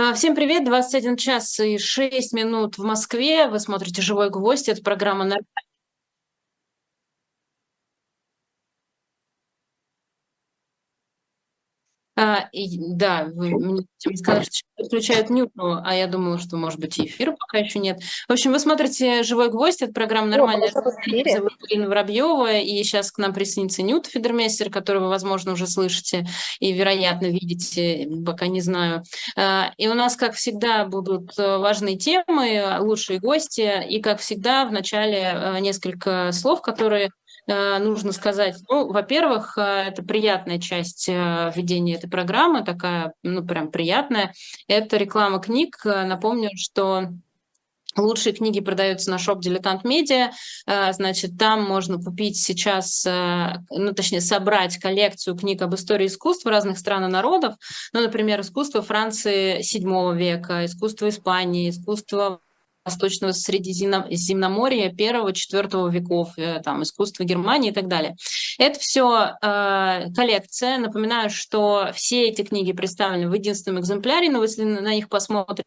Всем привет! 21 час и 6 минут в Москве. Вы смотрите «Живой гвоздь». Это программа да, вы мне сказали, что сейчас отключают мют, а я думала, что, может быть, и эфира пока еще нет. В общем, вы смотрите «Живой гвоздь». Это программа О, мы «Нормальная». уже в Меня эфире. зовут Ирина Воробьева, и сейчас к нам присоединится Нют Федермейстер, которого вы, возможно, уже слышите и, вероятно, видите, пока не знаю. И у нас, как всегда, будут важные темы, лучшие гости, и, как всегда, в начале несколько слов, которые нужно сказать. Ну, во-первых, это приятная часть ведения этой программы, такая, ну, прям приятная. Это реклама книг. Напомню, что лучшие книги продаются на шоп «Дилетант Медиа». Значит, там можно купить сейчас, ну, точнее, собрать коллекцию книг об истории искусства разных стран и народов. Ну, например, искусство Франции VII века, искусство Испании, искусство Восточного Средиземноморья первого-четвертого веков, там, искусство Германии и так далее. Это все коллекция. Напоминаю, что все эти книги представлены в единственном экземпляре, но если на них посмотрите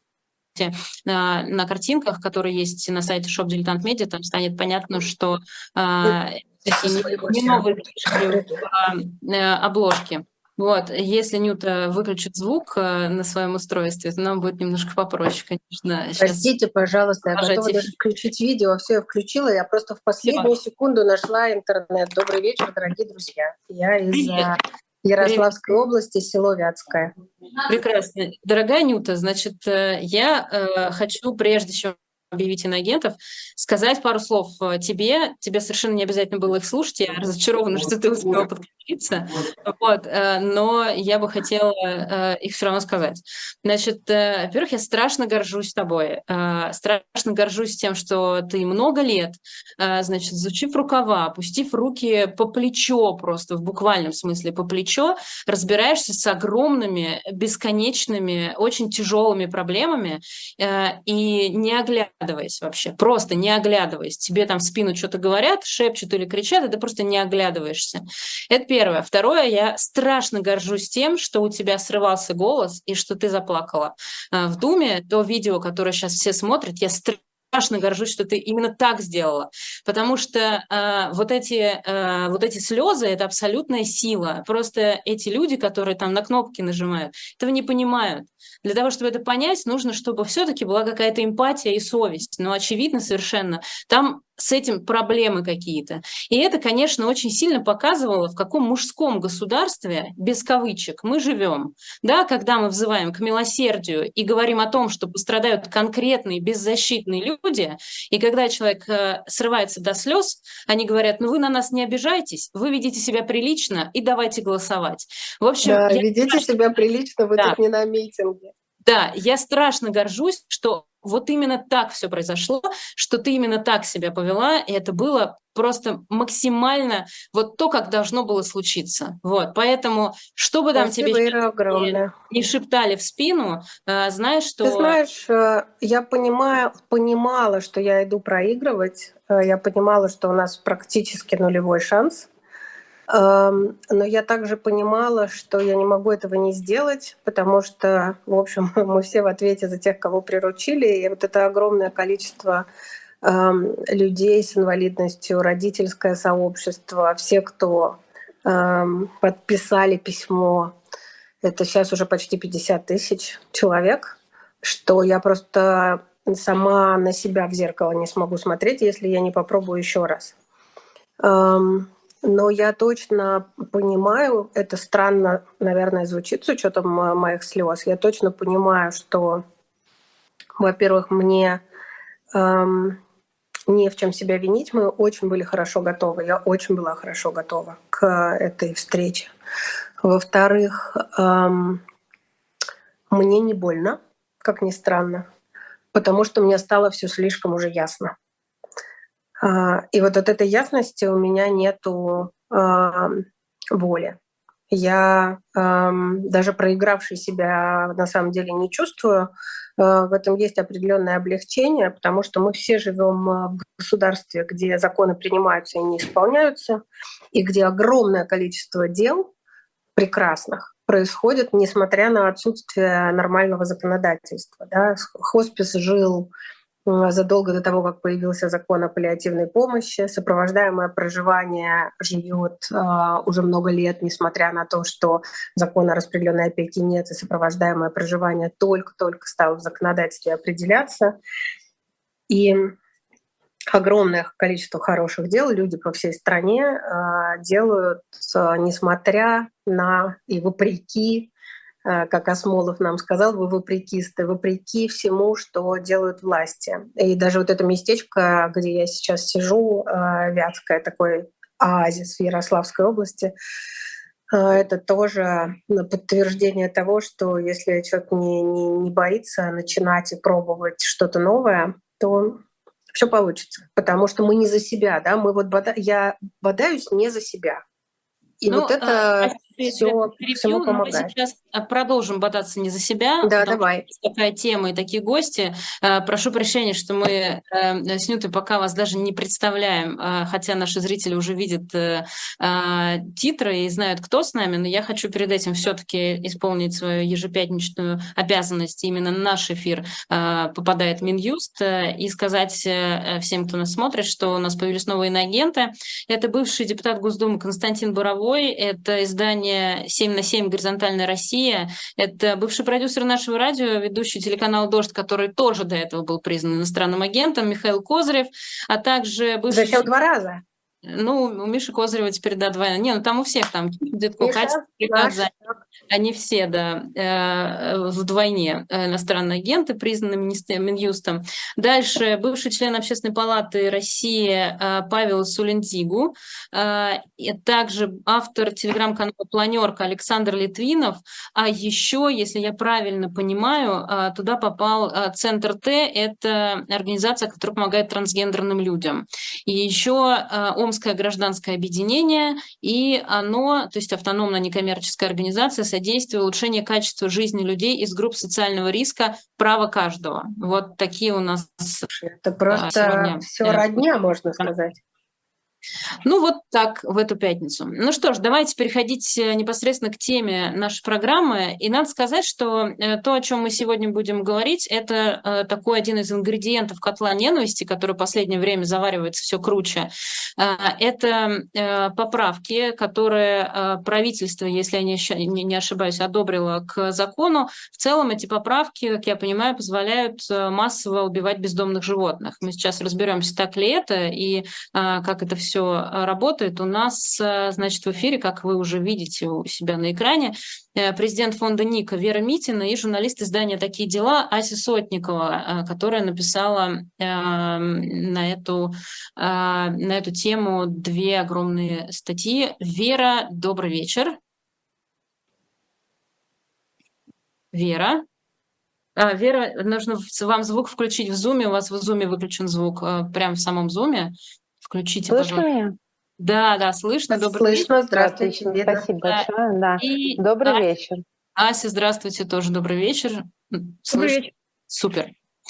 на картинках, которые есть на сайте Shop Dilettant Media, там станет понятно, что такие не новые книжки в обложке. Вот, если Нюта выключит звук на своем устройстве, то нам будет немножко попроще, конечно, сейчас Простите, пожалуйста, я продолжать готова даже эфир. включить видео. Все, я включила. Я просто в Всё. последнюю секунду нашла интернет. Добрый вечер, дорогие друзья. Я из Привет. Привет. Ярославской области, село Вятское. Прекрасно. Дорогая Нюта, значит, я хочу, прежде чем объявить иноагентов, сказать пару слов тебе. Тебе совершенно не обязательно было их слушать. Я разочарована, что ты успела подключиться. Вот, но я бы хотела их все равно сказать. Значит, во-первых, я страшно горжусь тобой. Страшно горжусь тем, что ты много лет, значит, зачив рукава, опустив руки по плечо просто, в буквальном смысле по плечо, разбираешься с огромными, бесконечными, очень тяжелыми проблемами и не оглядываясь вообще, просто не оглядываясь. Тебе там в спину что-то говорят, шепчут или кричат, и ты просто не оглядываешься. Это первое. Второе, я страшно горжусь тем, что у тебя срывался голос и что ты заплакала. В Думе то видео, которое сейчас все смотрят, я страшно горжусь, что ты именно так сделала, потому что вот эти слезы — это абсолютная сила. Просто эти люди, которые там на кнопки нажимают, этого не понимают. Для того, чтобы это понять, нужно, чтобы все-таки была какая-то эмпатия и совесть. Но очевидно совершенно, там с этим проблемы какие-то. И это, конечно, очень сильно показывало, в каком мужском государстве, без кавычек, мы живем. Да, когда мы взываем к милосердию и говорим о том, что пострадают конкретные беззащитные люди, и когда человек срывается до слез, они говорят: ну вы на нас не обижайтесь, вы ведите себя прилично и давайте голосовать. В общем, Да, ведите себя прилично, вы да, тут не на митинге. да, я страшно горжусь, что вот именно так все произошло, что ты именно так себя повела, и это было просто максимально вот то, как должно было случиться. Вот, поэтому, что бы там тебе Спасибо, сейчас Ира, огромное. не шептали в спину, знай, Ты что знаешь, я понимала, что я иду проигрывать. Я понимала, что у нас практически нулевой шанс. Но я также понимала, что я не могу этого не сделать, потому что, в общем, мы все в ответе за тех, кого приручили. И вот это огромное количество людей с инвалидностью, родительское сообщество, все, кто подписали письмо, это сейчас уже почти 50 тысяч человек, что я просто сама на себя в зеркало не смогу смотреть, если я не попробую еще раз. Но я точно понимаю, это странно, наверное, звучит с учетом моих слез. Я точно понимаю, что, во-первых, мне не в чем себя винить. Мы очень были хорошо готовы. Я очень была хорошо готова к этой встрече. Во-вторых, мне не больно, как ни странно, потому что мне стало все слишком уже ясно. И вот от этой ясности у меня нету воли. Я даже проигравшей себя на самом деле не чувствую. В этом есть определенное облегчение, потому что мы все живем в государстве, где законы принимаются и не исполняются, и где огромное количество дел прекрасных, происходит, несмотря на отсутствие нормального законодательства. Да. Хоспис жил задолго до того, как появился закон о паллиативной помощи. Сопровождаемое проживание живет уже много лет, несмотря на то, что закона о распределенной опеке нет, и сопровождаемое проживание только-только стало в законодательстве определяться. И огромное количество хороших дел люди по всей стране делают, несмотря на и вопреки, как Асмолов нам сказал, вы вопрекисты, вопреки всему, что делают власти. И даже вот это местечко, где я сейчас сижу, Вятское, такой оазис в Ярославской области, это тоже подтверждение того, что если человек не боится начинать и пробовать что-то новое, то все получится. Потому что мы не за себя, да, я бодаюсь не за себя. И вот это всему но мы помогает. сейчас продолжим бодаться не за себя. Да, давай. Что такая тема и такие гости. Прошу прощения, что мы с Нютой пока вас даже не представляем, хотя наши зрители уже видят титры и знают, кто с нами, но я хочу перед этим все-таки исполнить свою ежепятничную обязанность. Именно на наш эфир попадает Минюст и сказать всем, кто нас смотрит, что у нас появились новые иноагенты. Это бывший депутат Госдумы Константин Буровой, это издание «7 на 7. Горизонтальная Россия», это бывший продюсер нашего радио, ведущий телеканала «Дождь», который тоже до этого был признан иностранным агентом, Михаил Козырев, а также бывший... Зачем 2 раза? Ну, у Миши Козырева теперь, да, двойная. Не, ну там у всех, там, Детко, Катя, они все, да, вдвойне иностранные агенты, признаны Минюстом. Дальше бывший член Общественной палаты России Павел Сулентигу, также автор телеграм-канала «Планерка» Александр Литвинов, а еще, если я правильно понимаю, туда попал Центр Т, это организация, которая помогает трансгендерным людям. И еще Омское гражданское объединение, и оно, то есть автономная некоммерческая организация, содействие улучшению качества жизни людей из групп социального риска «Право каждого». Вот такие у нас это просто все родня, можно сказать. Ну вот так в эту пятницу. Ну что ж, давайте переходить непосредственно к теме нашей программы. И надо сказать, что то, о чем мы сегодня будем говорить, это такой один из ингредиентов котла ненависти, который в последнее время заваривается все круче. Это поправки, которые правительство, если я не ошибаюсь, одобрило к закону. В целом эти поправки, как я понимаю, позволяют массово убивать бездомных животных. Мы сейчас разберемся, так ли это и как это все работает. У нас, значит, в эфире, как вы уже видите у себя на экране, президент фонда Ника Вера Митина и журналист издания «Такие дела» Ася Сотникова, которая написала на эту тему 2 огромные статьи. Вера, добрый вечер. Вера. Вера, нужно вам звук включить в Zoom. У вас в Zoom выключен звук, прямо в самом Zoom. Включите, слышно пожалуйста. Меня? Да, слышно. Добрый вечер. Слышно, здравствуйте. Отлично, спасибо большое. Да. И добрый вечер. Ася, здравствуйте, тоже добрый вечер. Добрый вечер. Супер.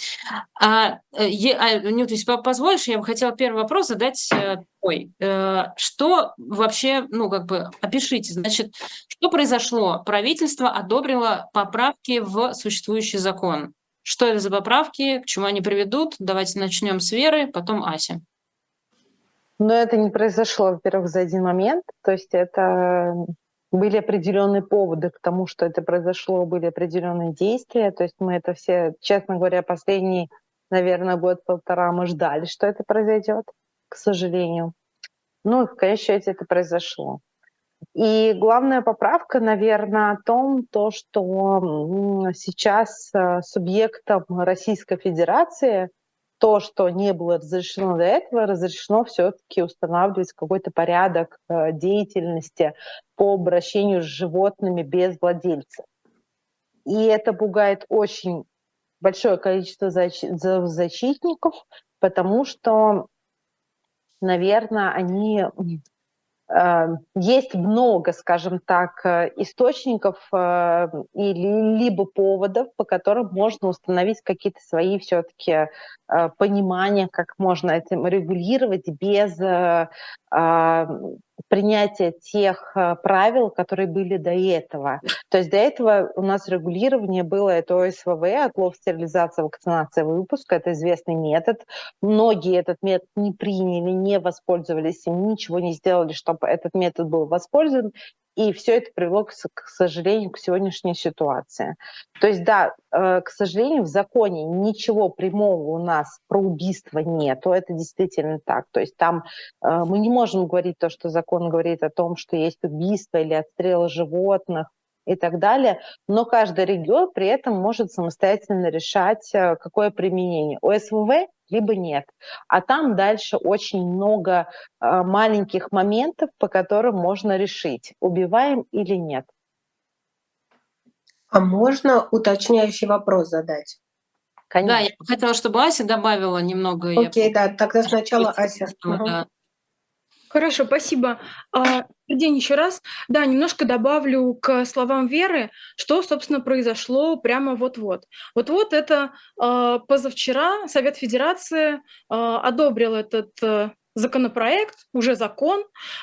Нют, если позволишь, я бы хотела первый вопрос задать такой. Что вообще, опишите, значит, что произошло? Правительство одобрило поправки в существующий закон. Что это за поправки, к чему они приведут? Давайте начнем с Веры, потом Ася. Но это не произошло, во-первых, за один момент. То есть это были определенные поводы к тому, что это произошло, были определенные действия. То есть мы это все, честно говоря, последний, наверное, год-полтора мы ждали, что это произойдет, к сожалению. Ну и в конечном счете это произошло. И главная поправка, наверное, о том, что сейчас субъектом Российской Федерации то, что не было разрешено до этого, разрешено все-таки устанавливать какой-то порядок деятельности по обращению с животными без владельца. И это пугает очень большое количество защитников, потому что, наверное, есть много, скажем так, источников или либо поводов, по которым можно установить какие-то свои все-таки понимания, как можно это регулировать без принятия тех правил, которые были до этого. То есть до этого у нас регулирование было это ОСВВ, отлов, стерилизация, вакцинация, выпуск. Это известный метод. Многие этот метод не приняли, не воспользовались им, ничего не сделали, чтобы этот метод был воспользован. И все это привело, к сожалению, к сегодняшней ситуации. То есть, да, к сожалению, в законе ничего прямого у нас про убийство нету. Это действительно так. То есть там мы не можем говорить то, что закон говорит о том, что есть убийство или отстрелы животных и так далее, но каждый регион при этом может самостоятельно решать, какое применение. ОСВВ либо нет. А там дальше очень много маленьких моментов, по которым можно решить, убиваем или нет. А можно уточняющий вопрос задать? Да, я бы хотела, чтобы Ася добавила немного. Окей, да, тогда сначала Ася. Да. Хорошо, спасибо. Добрый день еще раз. Да, немножко добавлю к словам Веры, что, собственно, произошло прямо вот-вот. Вот-вот это позавчера Совет Федерации одобрил этот законопроект, уже закон,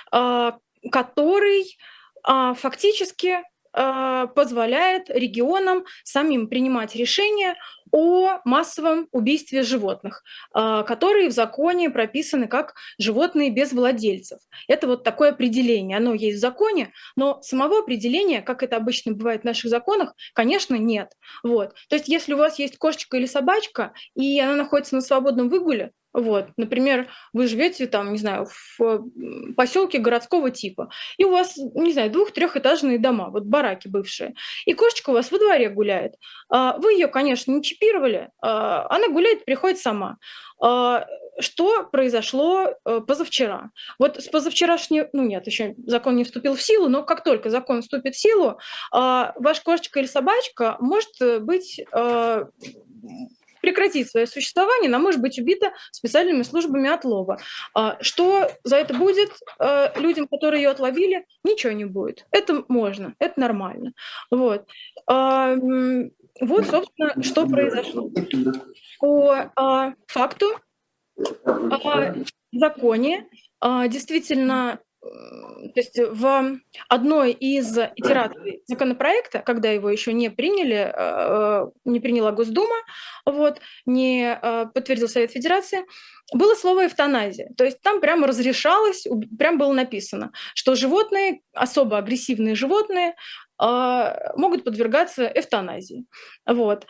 который фактически позволяет регионам самим принимать решения о массовом убийстве животных, которые в законе прописаны как животные без владельцев. Это вот такое определение. Оно есть в законе, но самого определения, как это обычно бывает в наших законах, конечно, нет. Вот. То есть если у вас есть кошечка или собачка, и она находится на свободном выгуле, вот, например, вы живете там, не знаю, в поселке городского типа, и у вас, не знаю, 2-3-этажные дома, вот бараки бывшие, и кошечка у вас во дворе гуляет. Вы ее, конечно, не чипировали, она гуляет, приходит сама. Что произошло позавчера? Вот с позавчерашнего, ну нет, еще закон не вступил в силу, но как только закон вступит в силу, ваша кошечка или собачка может быть прекратить свое существование, она может быть убита специальными службами отлова. Что за это будет людям, которые ее отловили? Ничего не будет. Это можно, это нормально. Вот. Вот, собственно, что произошло. По факту, в законе действительно, то есть в одной из итераций законопроекта, когда его еще не приняли, не приняла Госдума, вот, не подтвердил Совет Федерации, было слово эвтаназия. То есть там прямо разрешалось, прямо было написано, что животные, особо агрессивные животные, могут подвергаться эвтаназии. Вот.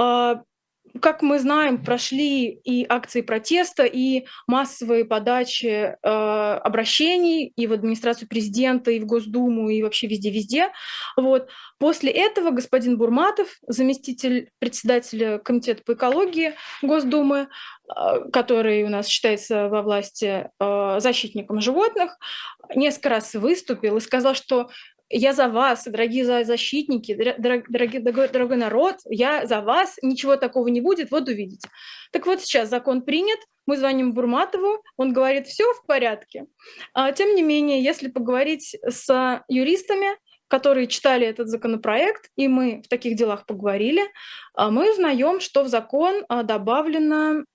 Как мы знаем, прошли и акции протеста, и массовые подачи обращений и в администрацию президента, и в Госдуму, и вообще везде-везде. Вот. После этого господин Бурматов, заместитель председателя Комитета по экологии Госдумы, который у нас считается во власти защитником животных, несколько раз выступил и сказал, что я за вас, дорогие защитники, дорогой народ, я за вас, ничего такого не будет, вот увидите. Так вот сейчас закон принят, мы звоним Бурматову, он говорит, все в порядке. Тем не менее, если поговорить с юристами, которые читали этот законопроект, и мы в таких делах поговорили, мы узнаем, что в закон добавлено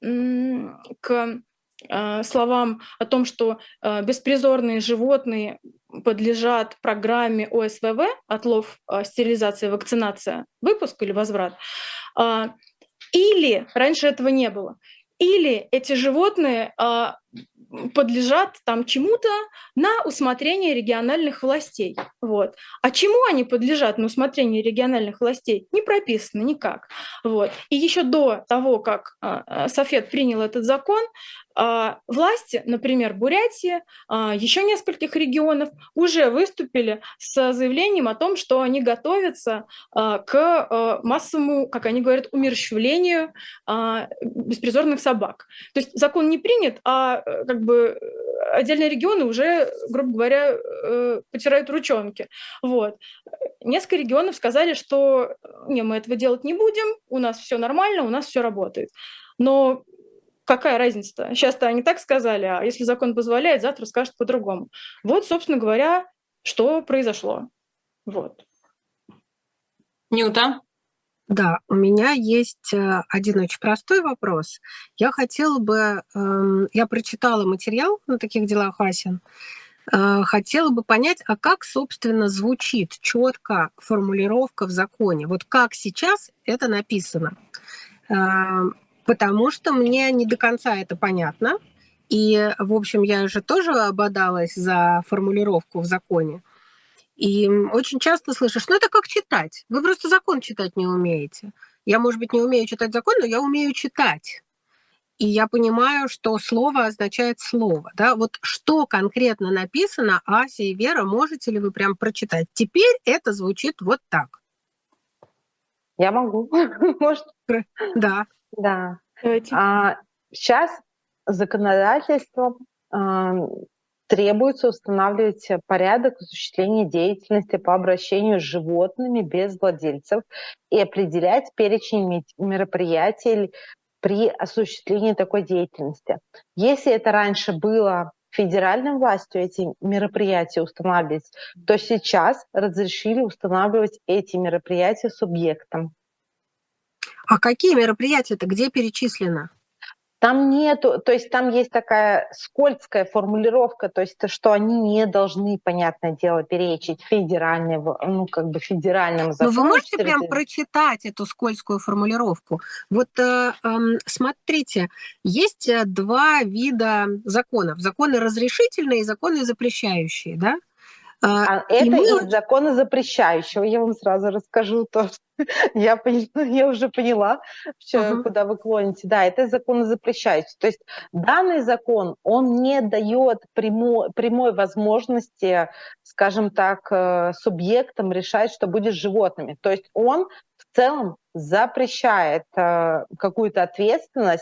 к словам о том, что беспризорные животные подлежат программе ОСВВ, отлов, стерилизация, вакцинация, выпуск или возврат, или раньше этого не было, или эти животные подлежат там чему-то на усмотрение региональных властей. Вот. А чему они подлежат на усмотрение региональных властей, не прописано никак. Вот. И еще до того, как Софет принял этот закон, власти, например, Бурятии, еще нескольких регионов уже выступили с заявлением о том, что они готовятся к массовому, как они говорят, умерщвлению беспризорных собак. То есть закон не принят, а как бы отдельные регионы уже, грубо говоря, потирают ручонки. Вот. Несколько регионов сказали, что не, мы этого делать не будем, у нас все нормально, у нас все работает. Но какая разница-то? Сейчас-то они так сказали, а если закон позволяет, завтра скажут по-другому. Вот, собственно говоря, что произошло. Вот. Нюта? Да, у меня есть один очень простой вопрос. Я хотела бы... Я прочитала материал на таких делах, Асин, хотела бы понять, а как, собственно, звучит четко формулировка в законе? Вот как сейчас это написано? Потому что мне не до конца это понятно. И, в общем, я же тоже ободалась за формулировку в законе. И очень часто слышишь, ну это как читать. Вы просто закон читать не умеете. Я, может быть, не умею читать закон, но я умею читать. И я понимаю, что слово означает слово. Да? Вот что конкретно написано, Ася и Вера, можете ли вы прям прочитать? Теперь это звучит вот так. Я могу. Может, Да. да. Давайте. Сейчас законодательством требуется устанавливать порядок осуществления деятельности по обращению с животными без владельцев и определять перечень мероприятий при осуществлении такой деятельности. Если это раньше было федеральной властью эти мероприятия устанавливать, то сейчас разрешили устанавливать эти мероприятия субъектам. А какие мероприятия-то, где перечислено? Там нету, то есть там есть такая скользкая формулировка, то есть что они не должны, понятное дело, перечить федеральным Но законам. вы можете прям прочитать эту скользкую формулировку? Вот смотрите, есть два вида законов. Законы разрешительные и законы запрещающие, да? Это из закона запрещающего. Я вам сразу расскажу то, что я уже поняла, куда вы клоните. Да, это закон запрещающий. То есть данный закон, он не дает прямой возможности, скажем так, субъектам решать, что будет с животными. То есть он в целом запрещает какую-то ответственность.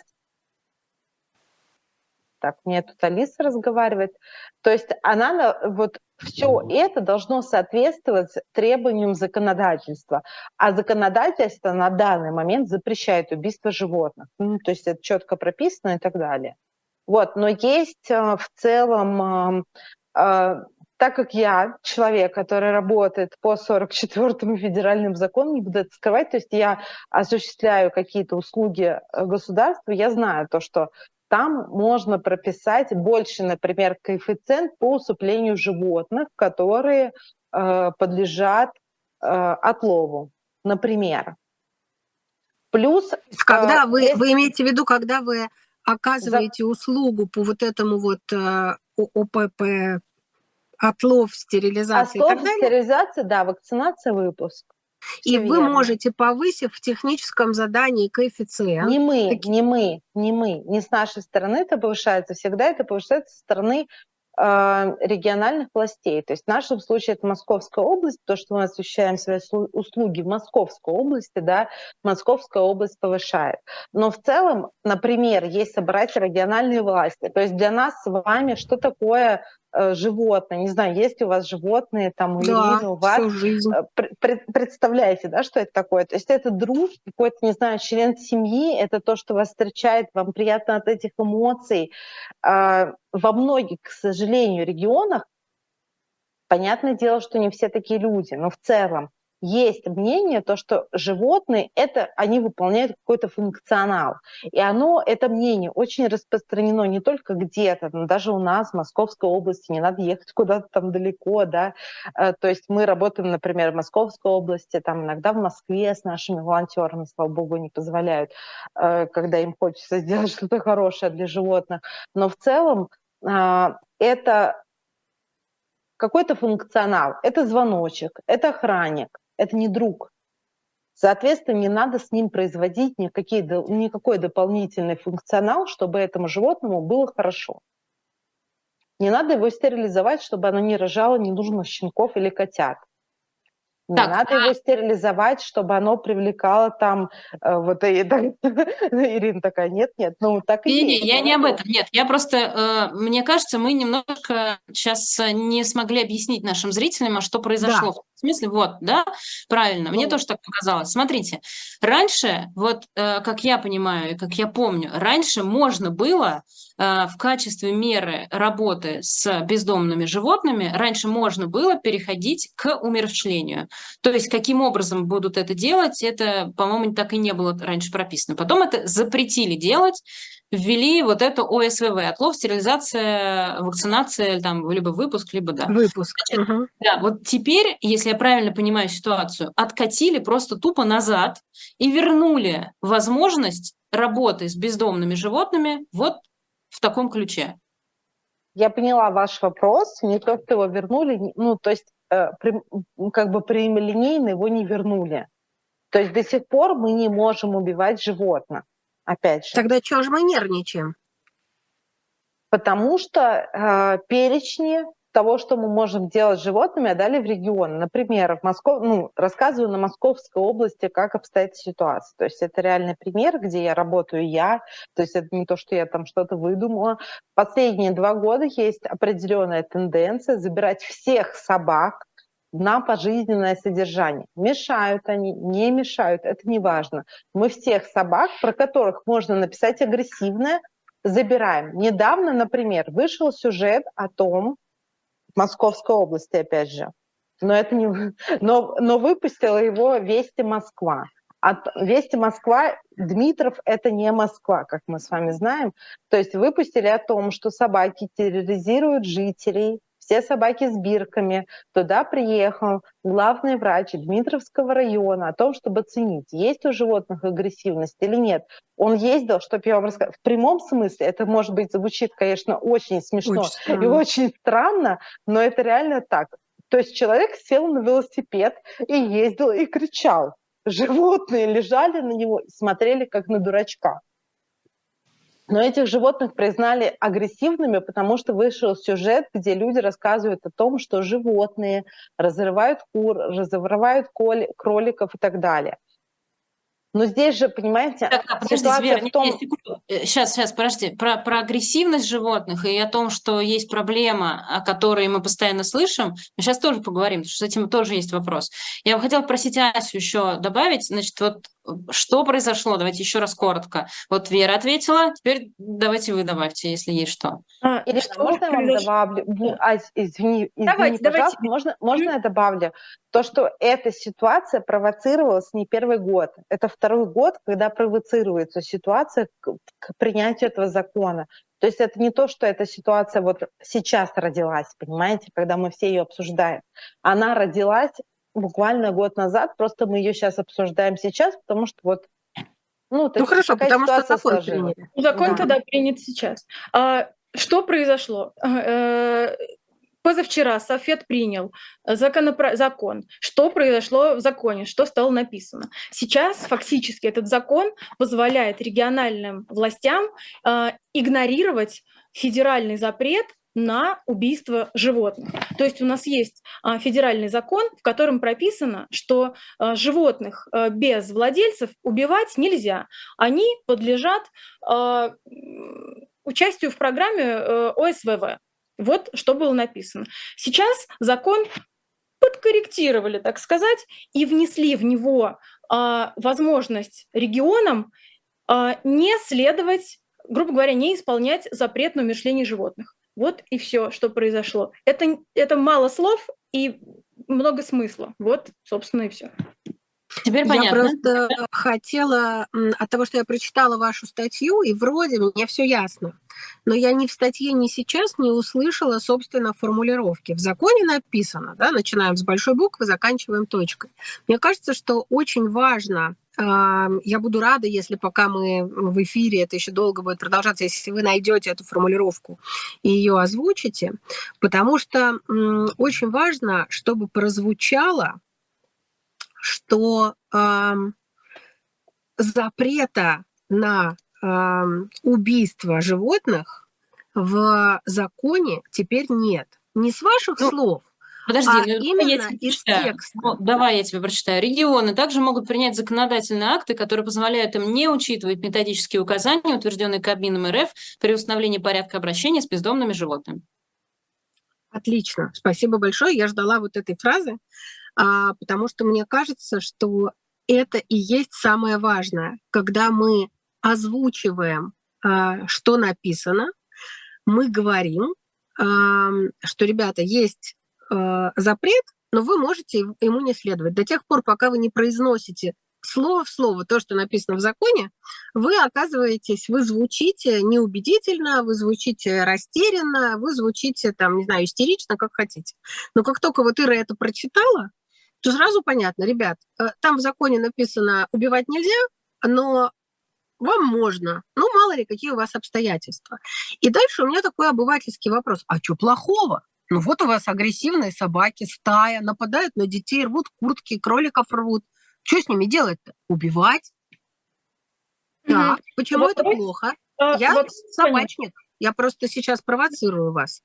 Так, мне тут Алиса разговаривает. То есть она вот все это должно соответствовать требованиям законодательства. А законодательство на данный момент запрещает убийство животных. То есть это четко прописано и так далее. Вот, но есть в целом, так как я человек, который работает по 44-му федеральному закону, не буду это скрывать, то есть я осуществляю какие-то услуги государства, я знаю то, что там можно прописать больше, например, коэффициент по усыплению животных, которые подлежат отлову, например. Плюс... Когда вы имеете в виду, когда вы оказываете услугу по вот этому вот ОПП, отлов, стерилизация и так далее? Стерилизация, да, вакцинация, выпуск. И вы можете, повысив в техническом задании коэффициент... Не мы. Не с нашей стороны это повышается. Всегда это повышается со стороны региональных властей. То есть в нашем случае это Московская область, то, что мы осуществляем свои услуги в Московской области, да, Московская область повышает. Но в целом, например, если брать региональные власти, то есть для нас с вами что такое животное, не знаю, есть у вас животные, там у Ирины, у вас, представляете, да, что это такое? То есть это друг, какой-то, не знаю, член семьи, это то, что вас встречает, вам приятно от этих эмоций. Во многих, к сожалению, регионах, понятное дело, что не все такие люди, но в целом есть мнение, то, что животные, они выполняют какой-то функционал. И это мнение очень распространено не только где-то, но даже у нас, в Московской области, не надо ехать куда-то там далеко, да. То есть мы работаем, например, в Московской области, там иногда в Москве с нашими волонтерами, слава богу, не позволяют, когда им хочется сделать что-то хорошее для животных. Но в целом это какой-то функционал, это звоночек, это охранник, это не друг. Соответственно, не надо с ним производить никакой дополнительный функционал, чтобы этому животному было хорошо. Не надо его стерилизовать, чтобы оно не рожало ненужных щенков или котят. Не надо его стерилизовать, чтобы оно привлекало там Ирина такая, нет, ну так и есть. Я не об этом, нет, я просто, мне кажется, мы немножко сейчас не смогли объяснить нашим зрителям, что произошло в В смысле, вот, да, правильно, мне тоже так показалось. Смотрите, раньше, вот как я понимаю и как я помню, раньше можно было в качестве меры работы с бездомными животными, раньше можно было переходить к умерщвлению. То есть каким образом будут это делать, это, по-моему, так и не было раньше прописано. Потом это запретили делать, ввели вот это ОСВВ, отлов, стерилизация, вакцинация, там, либо выпуск, либо да. Выпуск. Значит, да, вот теперь, если я правильно понимаю ситуацию, откатили просто тупо назад и вернули возможность работы с бездомными животными вот в таком ключе. Я поняла ваш вопрос, не то, что его вернули, ну, то есть как бы прямолинейно его не вернули. То есть до сих пор мы не можем убивать животных, опять же. Тогда чего же мы нервничаем? Потому что перечни того, что мы можем делать с животными, отдали в регионы. Например, рассказываю на Московской области, как обстоит ситуация. То есть это реальный пример, где я работаю я. То есть это не то, что я там что-то выдумала. Последние 2 года есть определенная тенденция забирать всех собак на пожизненное содержание. Мешают они, не мешают, это не важно. Мы всех собак, про которых можно написать агрессивное, забираем. Недавно, например, вышел сюжет о том, в Московской области, опять же, но выпустила его «Вести Москва». «Вести Москва», Дмитров — это не Москва, как мы с вами знаем. То есть выпустили о том, что собаки терроризируют жителей, все собаки с бирками. Туда приехал главный врач Дмитровского района о том, чтобы оценить, есть у животных агрессивность или нет. Он ездил, чтобы я вам рассказала, в прямом смысле, это, может быть, звучит, конечно, очень смешно и очень странно, но это реально так. То есть человек сел на велосипед и ездил, и кричал. Животные лежали на него и смотрели, как на дурачка. Но этих животных признали агрессивными, потому что вышел сюжет, где люди рассказывают о том, что животные разрывают кур, разрывают кроликов и так далее. Но здесь же, понимаете, ситуация Вера, в том... Сейчас, подожди. Про агрессивность животных и о том, что есть проблема, о которой мы постоянно слышим, мы сейчас тоже поговорим, потому что с этим тоже есть вопрос. Я бы хотела просить Асю еще добавить, значит, вот что произошло, давайте еще раз коротко. Вот Вера ответила, теперь давайте вы добавьте, если есть что. Ирина, можно я вам добавлю? Извини, пожалуйста, можно я добавлю? То, что эта ситуация провоцировалась не первый год. Это 2-й год, когда провоцируется ситуация к принятию этого закона. То есть это не то, что эта ситуация вот сейчас родилась, понимаете, когда мы все ее обсуждаем. Она родилась буквально год назад, просто мы ее сейчас обсуждаем сейчас, потому что вот... хорошо, потому что закон приняли. Закон тогда принят сейчас. Что произошло? Позавчера Софет принял закон. Что произошло в законе? Что стало написано? Сейчас фактически этот закон позволяет региональным властям игнорировать федеральный запрет на убийство животных. То есть у нас есть федеральный закон, в котором прописано, что животных без владельцев убивать нельзя. Они подлежат участию в программе ОСВВ. Вот что было написано. Сейчас закон подкорректировали, так сказать, и внесли в него возможность регионам не следовать, грубо говоря, не исполнять запрет на умерщвление животных. Вот и все, что произошло. Это мало слов и много смысла. Вот, собственно, и все. Теперь понятно. Я просто хотела, от того, что я прочитала вашу статью, и вроде мне все ясно, но я ни в статье, ни сейчас не услышала, собственно, формулировки. В законе написано, да, начинаем с большой буквы, заканчиваем точкой. Мне кажется, что очень важно, я буду рада, если пока мы в эфире, это еще долго будет продолжаться, если вы найдете эту формулировку и ее озвучите, потому что очень важно, чтобы прозвучало, что запрета на убийство животных в законе теперь нет. Не с ваших слов, Подожди, именно из текста. Давай я тебе прочитаю. Регионы также могут принять законодательные акты, которые позволяют им не учитывать методические указания, утвержденные Кабмином РФ при установлении порядка обращения с бездомными животными. Отлично. Спасибо большое. Я ждала вот этой фразы. потому что мне кажется, что это и есть самое важное. Когда мы озвучиваем, что написано, мы говорим, что, ребята, есть запрет, но вы можете ему не следовать. До тех пор, пока вы не произносите слово в слово то, что написано в законе, вы оказываетесь, вы звучите неубедительно, вы звучите растерянно, вы звучите, там, не знаю, истерично, как хотите. Но как только вот Ира это прочитала, то сразу понятно, ребят, там в законе написано «убивать нельзя», но вам можно. Ну, мало ли, какие у вас обстоятельства. И дальше у меня такой обывательский вопрос. А что плохого? Ну вот у вас агрессивные собаки, стая, нападают на детей, рвут куртки, кроликов рвут. Что с ними делать-то? Убивать? Да. Почему это плохо? Я вот собачник. Я просто сейчас провоцирую вас.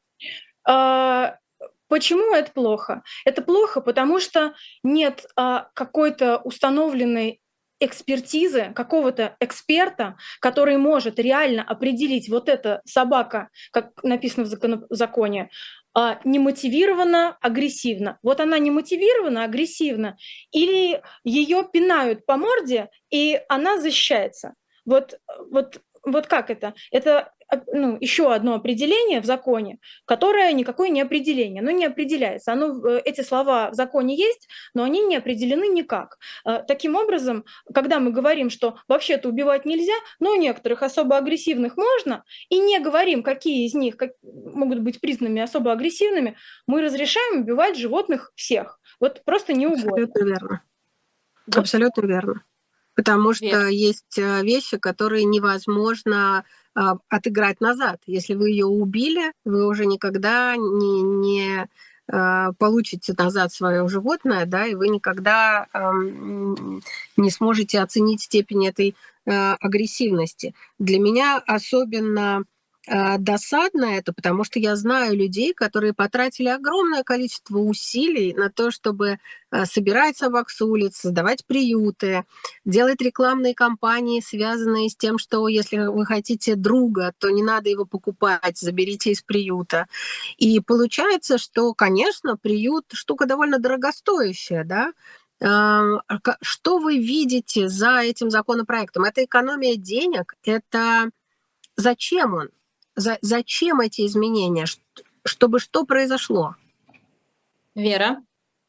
Почему это плохо? Это плохо, потому что нет какой-то установленной экспертизы, какого-то эксперта, который может реально определить, вот эта собака, как написано в законе, немотивированно, агрессивно. Вот она немотивированно, агрессивно, или ее пинают по морде, и она защищается. Вот как это? Это еще одно определение в законе, которое никакое не определение, оно не определяется. Эти слова в законе есть, но они не определены никак. Таким образом, когда мы говорим, что вообще-то убивать нельзя, но у некоторых особо агрессивных можно, и не говорим, какие из них могут быть признаны особо агрессивными, мы разрешаем убивать животных всех. Вот просто не угодно. Абсолютно верно. Вот. Абсолютно верно. Потому что есть вещи, которые невозможно отыграть назад. Если вы ее убили, вы уже никогда не получите назад свое животное, да, и вы никогда не сможете оценить степень этой агрессивности. Для меня особенно досадно это, потому что я знаю людей, которые потратили огромное количество усилий на то, чтобы собирать собак с улиц, создавать приюты, делать рекламные кампании, связанные с тем, что если вы хотите друга, то не надо его покупать, заберите из приюта. И получается, что, конечно, приют штука довольно дорогостоящая, да. Что вы видите за этим законопроектом? Это экономия денег, это зачем он? Зачем эти изменения? Чтобы что произошло? Вера?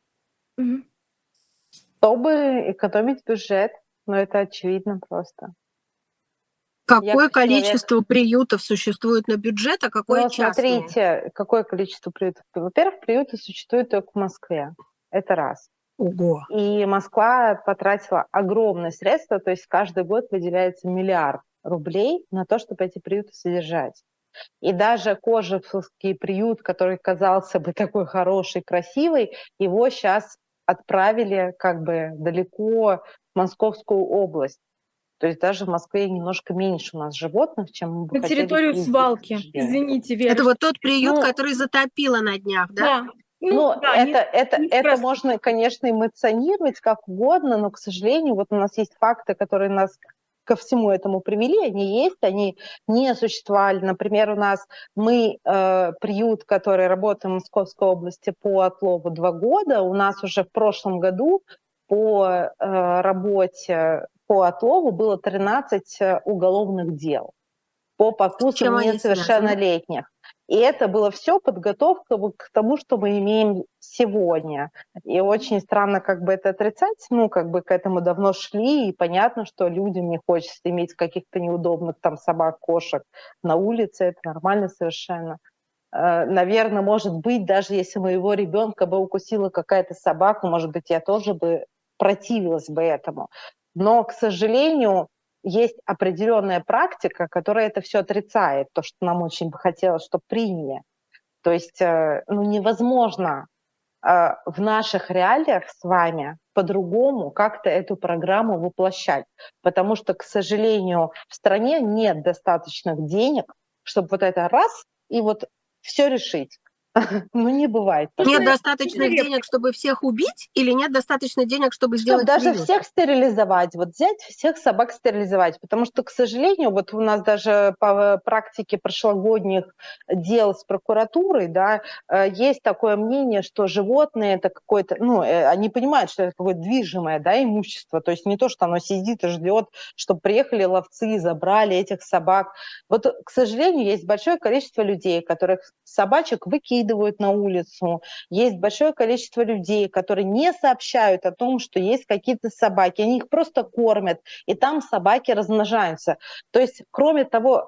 Чтобы экономить бюджет, но это очевидно просто. Какое количество приютов существует на бюджет, а какое частное? Смотрите, какое количество приютов. Во-первых, приюты существуют только в Москве. Это раз. Ого. И Москва потратила огромные средства, то есть каждый год выделяется 1 миллиард рублей на то, чтобы эти приюты содержать. И даже Кожевский приют, который казался бы такой хороший, красивый, его сейчас отправили как бы далеко в Московскую область. То есть даже в Москве немножко меньше у нас животных, чем мы бы на территорию свалки, извините, Вера. Это вот тот приют, который затопило на днях, да? Да. Это можно, конечно, эмоционировать как угодно, но, к сожалению, вот у нас есть факты, которые нас ко всему этому привели, они есть, они не существовали. Например, у нас приют, который работает в Московской области по отлову 2 года, у нас уже в прошлом году по работе по отлову было 13 уголовных дел по покусу несовершеннолетних. И это было все подготовка к тому, что мы имеем сегодня. И очень странно как бы это отрицать, как бы к этому давно шли, и понятно, что людям не хочется иметь каких-то неудобных там собак, кошек на улице, это нормально совершенно. Наверное, может быть, даже если моего ребенка бы укусила какая-то собака, может быть, я тоже бы противилась бы этому. Но, к сожалению, есть определенная практика, которая это все отрицает, то, что нам очень бы хотелось, чтобы приняли. То есть невозможно в наших реалиях с вами по-другому как-то эту программу воплощать, потому что, к сожалению, в стране нет достаточных денег, чтобы вот это раз и вот все решить. Ну, не бывает Нет такого. достаточно денег, чтобы всех убить, или нет достаточно денег, чтобы Чтобы сделать даже прививку? всех стерилизовать, вот взять всех собак стерилизовать, потому что, к сожалению, вот у нас даже по практике прошлогодних дел с прокуратурой, да, есть такое мнение, что животные это какое-то, ну, они понимают, что это какое-то движимое, да, имущество, то есть не то, что оно сидит и ждет, чтобы приехали ловцы и забрали этих собак. Вот, к сожалению, есть большое количество людей, которых собачек выкидывают на улицу, есть большое количество людей, которые не сообщают о том, что есть какие-то собаки, они их просто кормят, и там собаки размножаются. То есть, кроме того,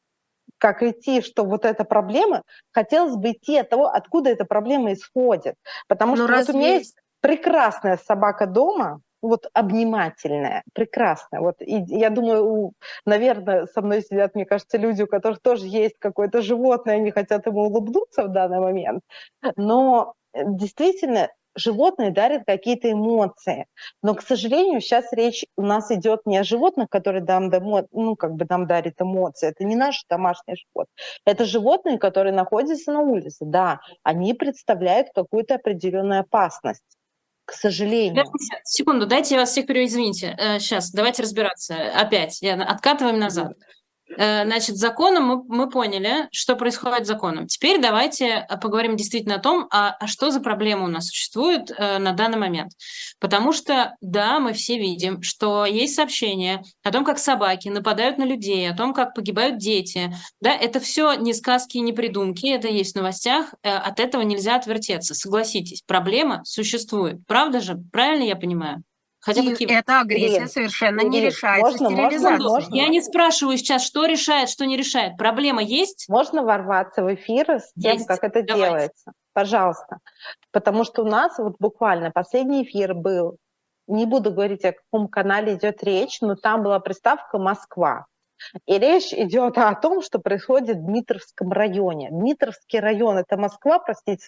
как идти, что вот эта проблема, хотелось бы идти от того, откуда эта проблема исходит. Потому Но что вот у меня разве есть прекрасная собака дома, вот обнимательная, прекрасная. Вот, и я думаю, наверное, со мной сидят, мне кажется, люди, у которых тоже есть какое-то животное, они хотят ему улыбнуться в данный момент. Но действительно, животные дарят какие-то эмоции. Но, к сожалению, сейчас речь у нас идет не о животных, которые нам, ну, как бы нам дарят эмоции. Это не наши домашние животные. Это животные, которые находятся на улице. Да, они представляют какую-то определенную опасность. К сожалению. Подождите, секунду, дайте я вас всех переведу, извините. Сейчас, давайте разбираться. Опять, откатываем назад. Значит, законом мы поняли, что происходит с законом. Теперь давайте поговорим действительно о том, что за проблема у нас существует на данный момент. Потому что, да, мы все видим, что есть сообщения о том, как собаки нападают на людей, о том, как погибают дети. Да, это все не сказки, не придумки, это есть в новостях. От этого нельзя отвертеться. Согласитесь, проблема существует. Правда же? Правильно я понимаю? Хотя бы и эта агрессия совершенно не решается стерилизацией? Я не спрашиваю сейчас, что решает, что не решает. Проблема есть? Можно ворваться в эфир с тем, Есть. как это Давайте. делается? Пожалуйста. Потому что у нас вот буквально последний эфир был, не буду говорить, о каком канале идет речь, но там была приставка «Москва». И речь идет о том, что происходит в Дмитровском районе. Дмитровский район – это Москва, простите,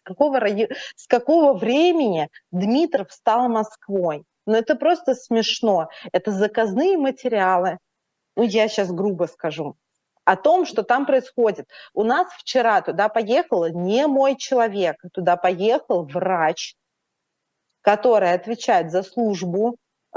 с какого времени Дмитров стал Москвой? Ну это просто смешно. Это заказные материалы, ну я сейчас грубо скажу, о том, что там происходит. У нас вчера туда поехал не мой человек, туда поехал врач, который отвечает за службу.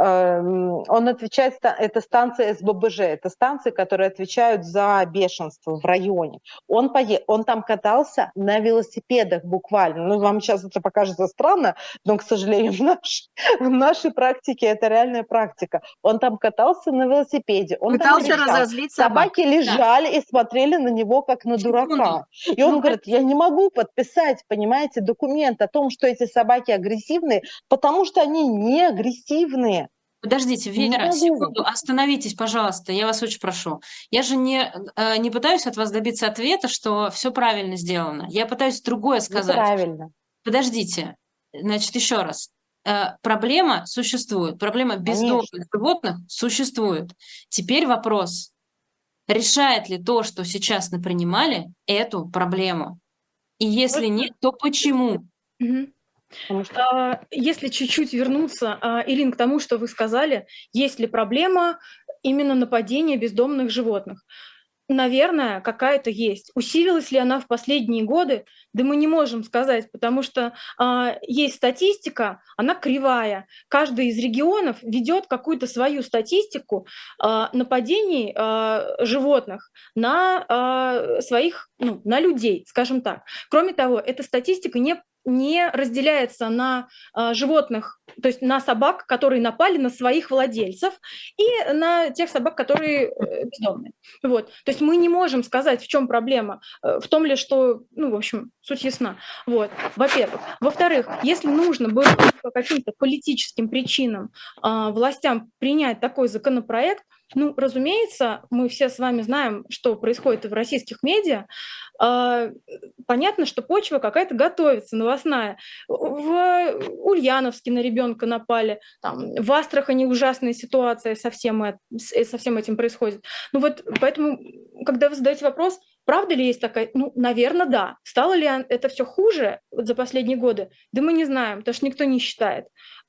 Он отвечает, это станция СББЖ, это станции, которые отвечают за бешенство в районе. Он там катался на велосипедах буквально. Ну, вам сейчас это покажется странно, но, к сожалению, в нашей практике это реальная практика. Он там катался на велосипеде. Он Пытался там кричал. разозлить собак. Собаки лежали и смотрели на него, как на дурака. И он говорит, я не могу подписать, понимаете, документ о том, что эти собаки агрессивные, потому что они не агрессивные. Подождите, Вера, секунду, остановитесь, пожалуйста, я вас очень прошу. Я же не пытаюсь от вас добиться ответа, что все правильно сделано. Я пытаюсь другое сказать. Неправильно. Подождите, значит, еще раз. Проблема существует, проблема бездомных животных существует. Теперь вопрос, решает ли то, что сейчас напринимали, эту проблему? И если нет, то почему? Если чуть-чуть вернуться, Ирин, к тому, что вы сказали, есть ли проблема именно нападения бездомных животных? Наверное, какая-то есть. Усилилась ли она в последние годы? Да мы не можем сказать, потому что есть статистика, она кривая. Каждый из регионов ведет какую-то свою статистику нападений животных на своих, на людей, скажем так. Кроме того, эта статистика не разделяется на животных, то есть на собак, которые напали на своих владельцев, и на тех собак, которые бездомные. Вот. То есть мы не можем сказать, в чем проблема, в том ли, что, в общем, суть ясна. Вот. Во-первых. Во-вторых, если нужно было по каким-то политическим причинам властям принять такой законопроект, разумеется, мы все с вами знаем, что происходит в российских медиа. Понятно, что почва какая-то готовится, новостная. В Ульяновске на ребенка напали, там, в Астрахани ужасная ситуация со всем этим происходит. Поэтому, когда вы задаете вопрос, правда ли есть такая? Наверное, да. Стало ли это все хуже за последние годы? Да мы не знаем, потому что никто не считает.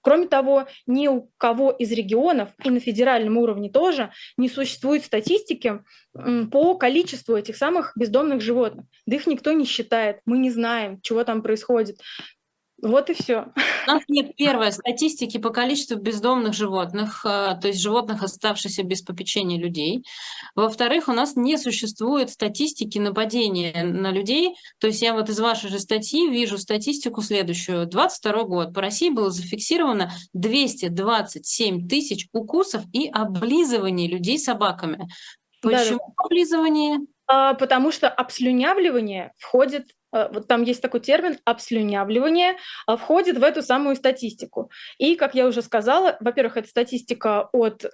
Кроме того, ни у кого из регионов и на федеральном уровне тоже не существует статистики по количеству этих самых бездомных животных. Да их никто не считает, мы не знаем, чего там происходит. Вот и все. У нас нет, первой статистики по количеству бездомных животных, то есть животных, оставшихся без попечения людей. Во-вторых, у нас не существует статистики нападения на людей. То есть я вот из вашей же статьи вижу статистику следующую. 22 год. По России было зафиксировано 227 тысяч укусов и облизываний людей собаками. Почему облизывание? Потому что обслюнявливание входит, вот там есть такой термин, обслюнявливание входит в эту самую статистику. И, как я уже сказала, во-первых, это статистика от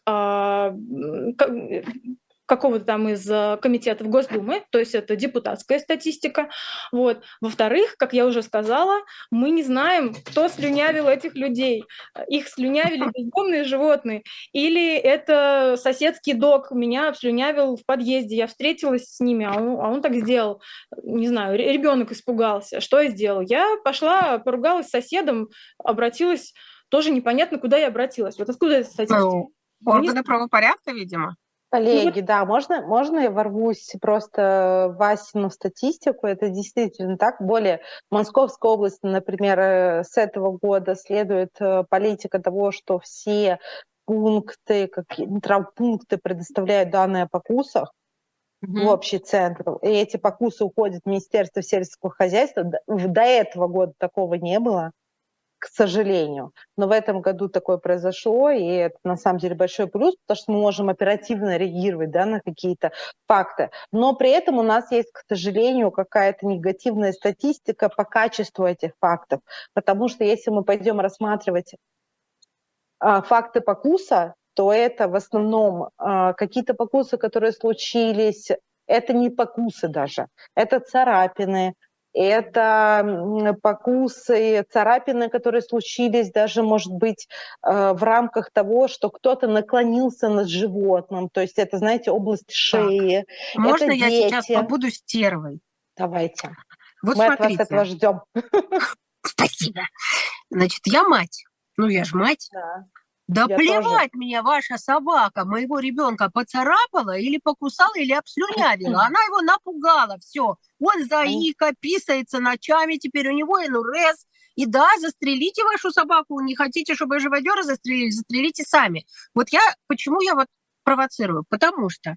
какого-то там из комитетов Госдумы, то есть это депутатская статистика. Вот. Во-вторых, как я уже сказала, мы не знаем, кто слюнявил этих людей. Их слюнявили бездомные животные. Или это соседский дог меня обслюнявил в подъезде. Я встретилась с ними, а он так сделал. Не знаю, ребенок испугался. Что я сделала? Я пошла, поругалась с соседом, обратилась, тоже непонятно, куда я обратилась. Вот откуда эта статистика? Ну, органы правопорядка, видимо. Коллеги, да, можно я ворвусь просто в Васину статистику? Это действительно так. Более в Московской области, например, с этого года следует политика того, что все пункты, травмпункты предоставляют данные о покусах в общий центр. И эти покусы уходят в Министерство сельского хозяйства. До этого года такого не было, к сожалению. Но в этом году такое произошло, и это на самом деле большой плюс, потому что мы можем оперативно реагировать, да, на какие-то факты. Но при этом у нас есть, к сожалению, какая-то негативная статистика по качеству этих фактов. Потому что если мы пойдем рассматривать факты покуса, то это в основном какие-то покусы, которые случились, это не покусы даже, это царапины, это покусы, царапины, которые случились даже, может быть, в рамках того, что кто-то наклонился над животным. То есть это, знаете, область шеи. Так. Можно я дети. сейчас побуду стервой? Давайте. Вот мы смотрите. от вас этого ждем. Спасибо. Значит, я мать. Ну, я ж мать. Да я плевать тоже. мне, ваша собака моего ребенка поцарапала или покусала, или обслюнявила. Она его напугала, все. Он заика, писается ночами, теперь у него энурез. И да, застрелите вашу собаку. Не хотите, чтобы живодеры застрелили, застрелите сами. Вот почему я вот провоцирую? Потому что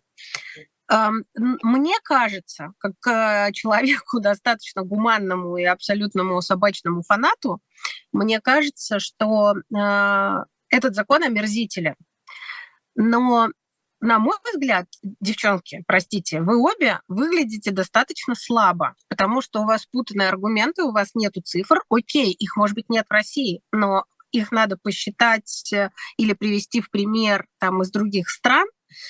мне кажется, как человеку достаточно гуманному и абсолютному собачному фанату, мне кажется, что этот закон омерзителен. Но, на мой взгляд, девчонки, простите, вы обе выглядите достаточно слабо, потому что у вас путанные аргументы, у вас нету цифр. Окей, их, может быть, нет в России, но их надо посчитать или привести в пример там, из других стран.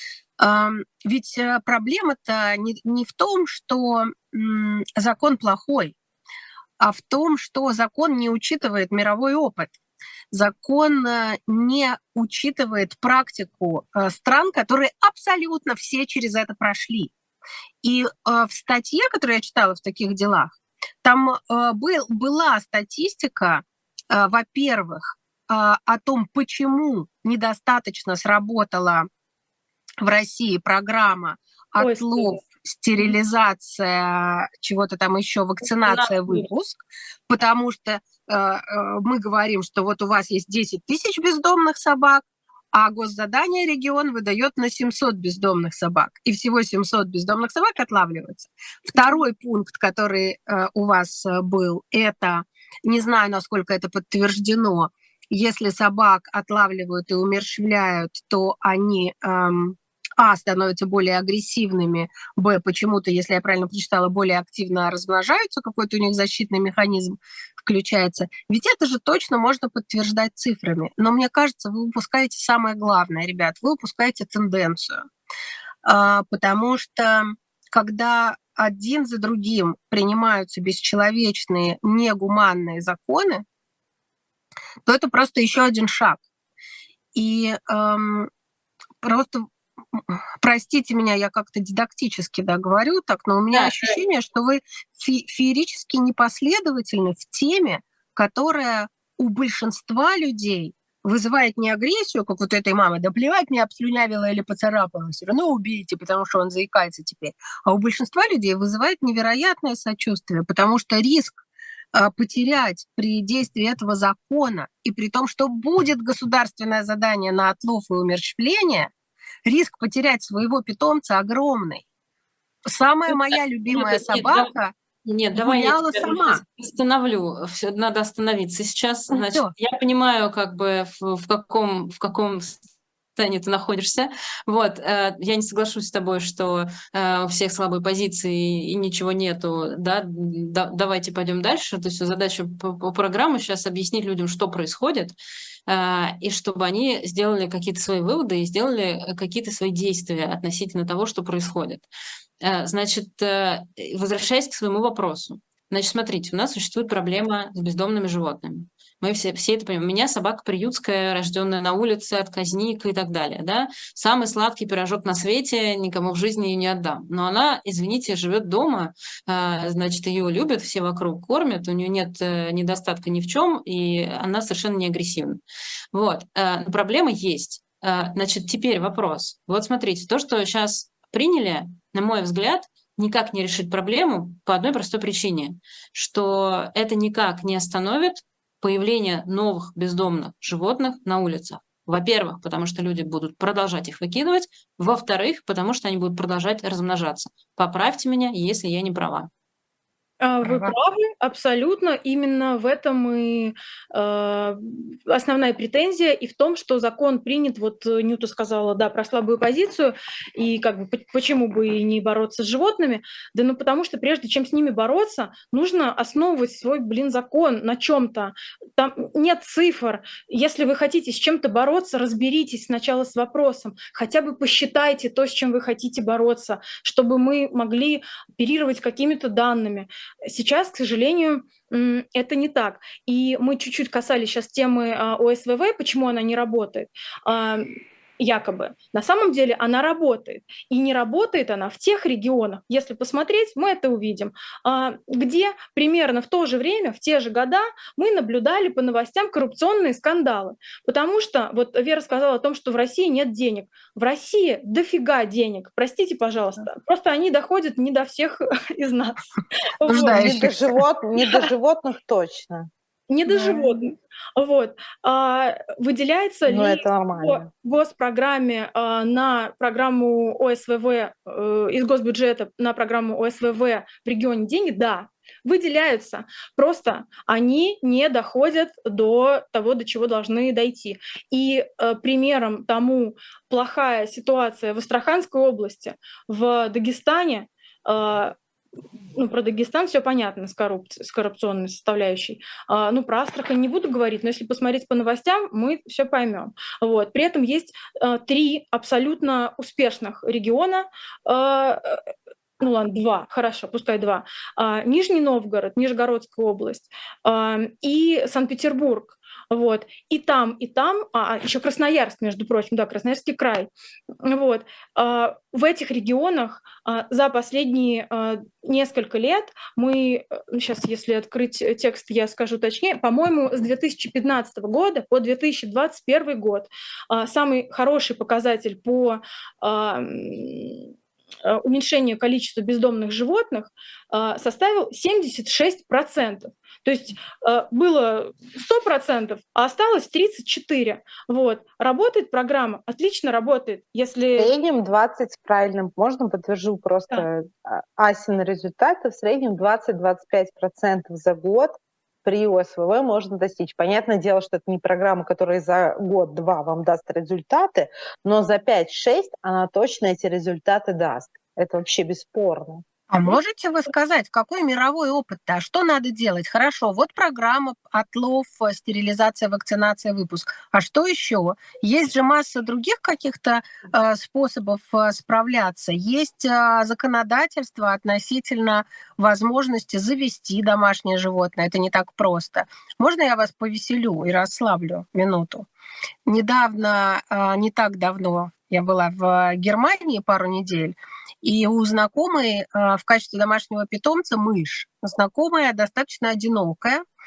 Ведь проблема-то не в том, что закон плохой, а в том, что закон не учитывает мировой опыт. Закон не учитывает практику стран, которые абсолютно все через это прошли. И в статье, которую я читала в таких делах, там была статистика, во-первых, о том, почему недостаточно сработала в России программа отлов, стерилизация, чего-то там еще, вакцинация, выпуск, потому что мы говорим, что вот у вас есть 10 тысяч бездомных собак, а госзадание регион выдает на 700 бездомных собак. И всего 700 бездомных собак отлавливается. Второй пункт, который у вас был, это, не знаю, насколько это подтверждено, если собак отлавливают и умерщвляют, то они становятся более агрессивными, почему-то, если я правильно прочитала, более активно размножаются, какой-то у них защитный механизм включается. Ведь это же точно можно подтверждать цифрами. Но мне кажется, вы упускаете самое главное, ребят, вы упускаете тенденцию. Потому что когда один за другим принимаются бесчеловечные, негуманные законы, то это просто еще один шаг. И просто простите меня, я как-то дидактически говорю так, но у меня ощущение, что вы феерически непоследовательны в теме, которая у большинства людей вызывает не агрессию, как вот этой мамы, да плевать, мне обслюнявила или поцарапала, все равно убейте, потому что он заикается теперь. А у большинства людей вызывает невероятное сочувствие, потому что риск потерять при действии этого закона, и при том, что будет государственное задание на отлов и умерщвление, риск потерять своего питомца огромный. Самая моя любимая собака Нет, давай я гуляла тебя сама. остановлю. Все, надо остановиться сейчас. Ну, Значит, всё. я понимаю, как бы в каком состоянии ты находишься. Вот, я не соглашусь с тобой, что у всех слабые позиции и ничего нету. Да? Давайте пойдем дальше. То есть задача по программе сейчас объяснить людям, что происходит, и чтобы они сделали какие-то свои выводы и сделали какие-то свои действия относительно того, что происходит. Значит, возвращаясь к своему вопросу. Значит, смотрите, у нас существует проблема с бездомными животными. Мы все это понимаем. У меня собака приютская, рожденная на улице, отказник и так далее. Да? Самый сладкий пирожок на свете, никому в жизни ее не отдам. Но она, извините, живет дома, значит, ее любят, все вокруг кормят, у нее нет недостатка ни в чем, и она совершенно не агрессивна. Вот. Но проблема есть. Значит, теперь вопрос. Вот смотрите, то, что сейчас приняли, на мой взгляд, никак не решит проблему по одной простой причине, что это никак не остановит появление новых бездомных животных на улицах. Во-первых, потому что люди будут продолжать их выкидывать. Во-вторых, потому что они будут продолжать размножаться. Поправьте меня, если я не права. Вы правы, абсолютно. Именно в этом и основная претензия, и в том, что закон принят, вот Нюта сказала, да, про слабую позицию, и как бы почему бы и не бороться с животными, да ну потому что прежде чем с ними бороться, нужно основывать свой, закон на чем-то. Там нет цифр. Если вы хотите с чем-то бороться, разберитесь сначала с вопросом, хотя бы посчитайте то, с чем вы хотите бороться, чтобы мы могли оперировать какими-то данными. Сейчас, к сожалению, это не так. И мы чуть-чуть касались сейчас темы ОСВВ, почему она не работает. Якобы. На самом деле она работает. И не работает она в тех регионах, если посмотреть, мы это увидим, где примерно в то же время, в те же года мы наблюдали по новостям коррупционные скандалы. Потому что, вот Вера сказала о том, что в России нет денег. В России дофига денег. Простите, пожалуйста. Просто они доходят не до всех из нас. Не до животных точно. Не до животных. Вот. Выделяется ли по госпрограмме на программу ОСВВ, из госбюджета на программу ОСВВ в регионе деньги? Да, выделяются. Просто они не доходят до того, до чего должны дойти. И примером тому плохая ситуация в Астраханской области, в Дагестане. Про Дагестан все понятно с коррупционной составляющей. Про Астрахань не буду говорить, но если посмотреть по новостям, мы все поймем. Вот. При этом есть 3 абсолютно успешных региона. Ладно, 2, хорошо, пускай 2. Нижний Новгород, Нижегородская область и Санкт-Петербург. Вот. И там, еще Красноярск, между прочим, да, Красноярский край. Вот. В этих регионах за последние несколько лет мы, сейчас, если открыть текст, я скажу точнее, по-моему, с 2015 года по 2021 год самый хороший показатель по уменьшению количества бездомных животных составил 76%. То есть было 100%, а осталось 34%. Вот. Работает программа? Отлично работает. Если... В среднем 20, правильно, можно подтвержу просто Асины результаты, в среднем 20-25% за год при ОСВВ можно достичь. Понятное дело, что это не программа, которая за год-два вам даст результаты, но за 5-6 она точно эти результаты даст. Это вообще бесспорно. А можете вы сказать, какой мировой опыт-то? Что надо делать? Хорошо, вот программа отлов, стерилизация, вакцинация, выпуск. А что еще? Есть же масса других каких-то способов справляться. Есть законодательство относительно возможности завести домашнее животное. Это не так просто. Можно я вас повеселю и расслаблю минуту? Недавно, не так давно, я была в Германии пару недель, и у знакомой в качестве домашнего питомца мышь. Знакомая достаточно одинокая,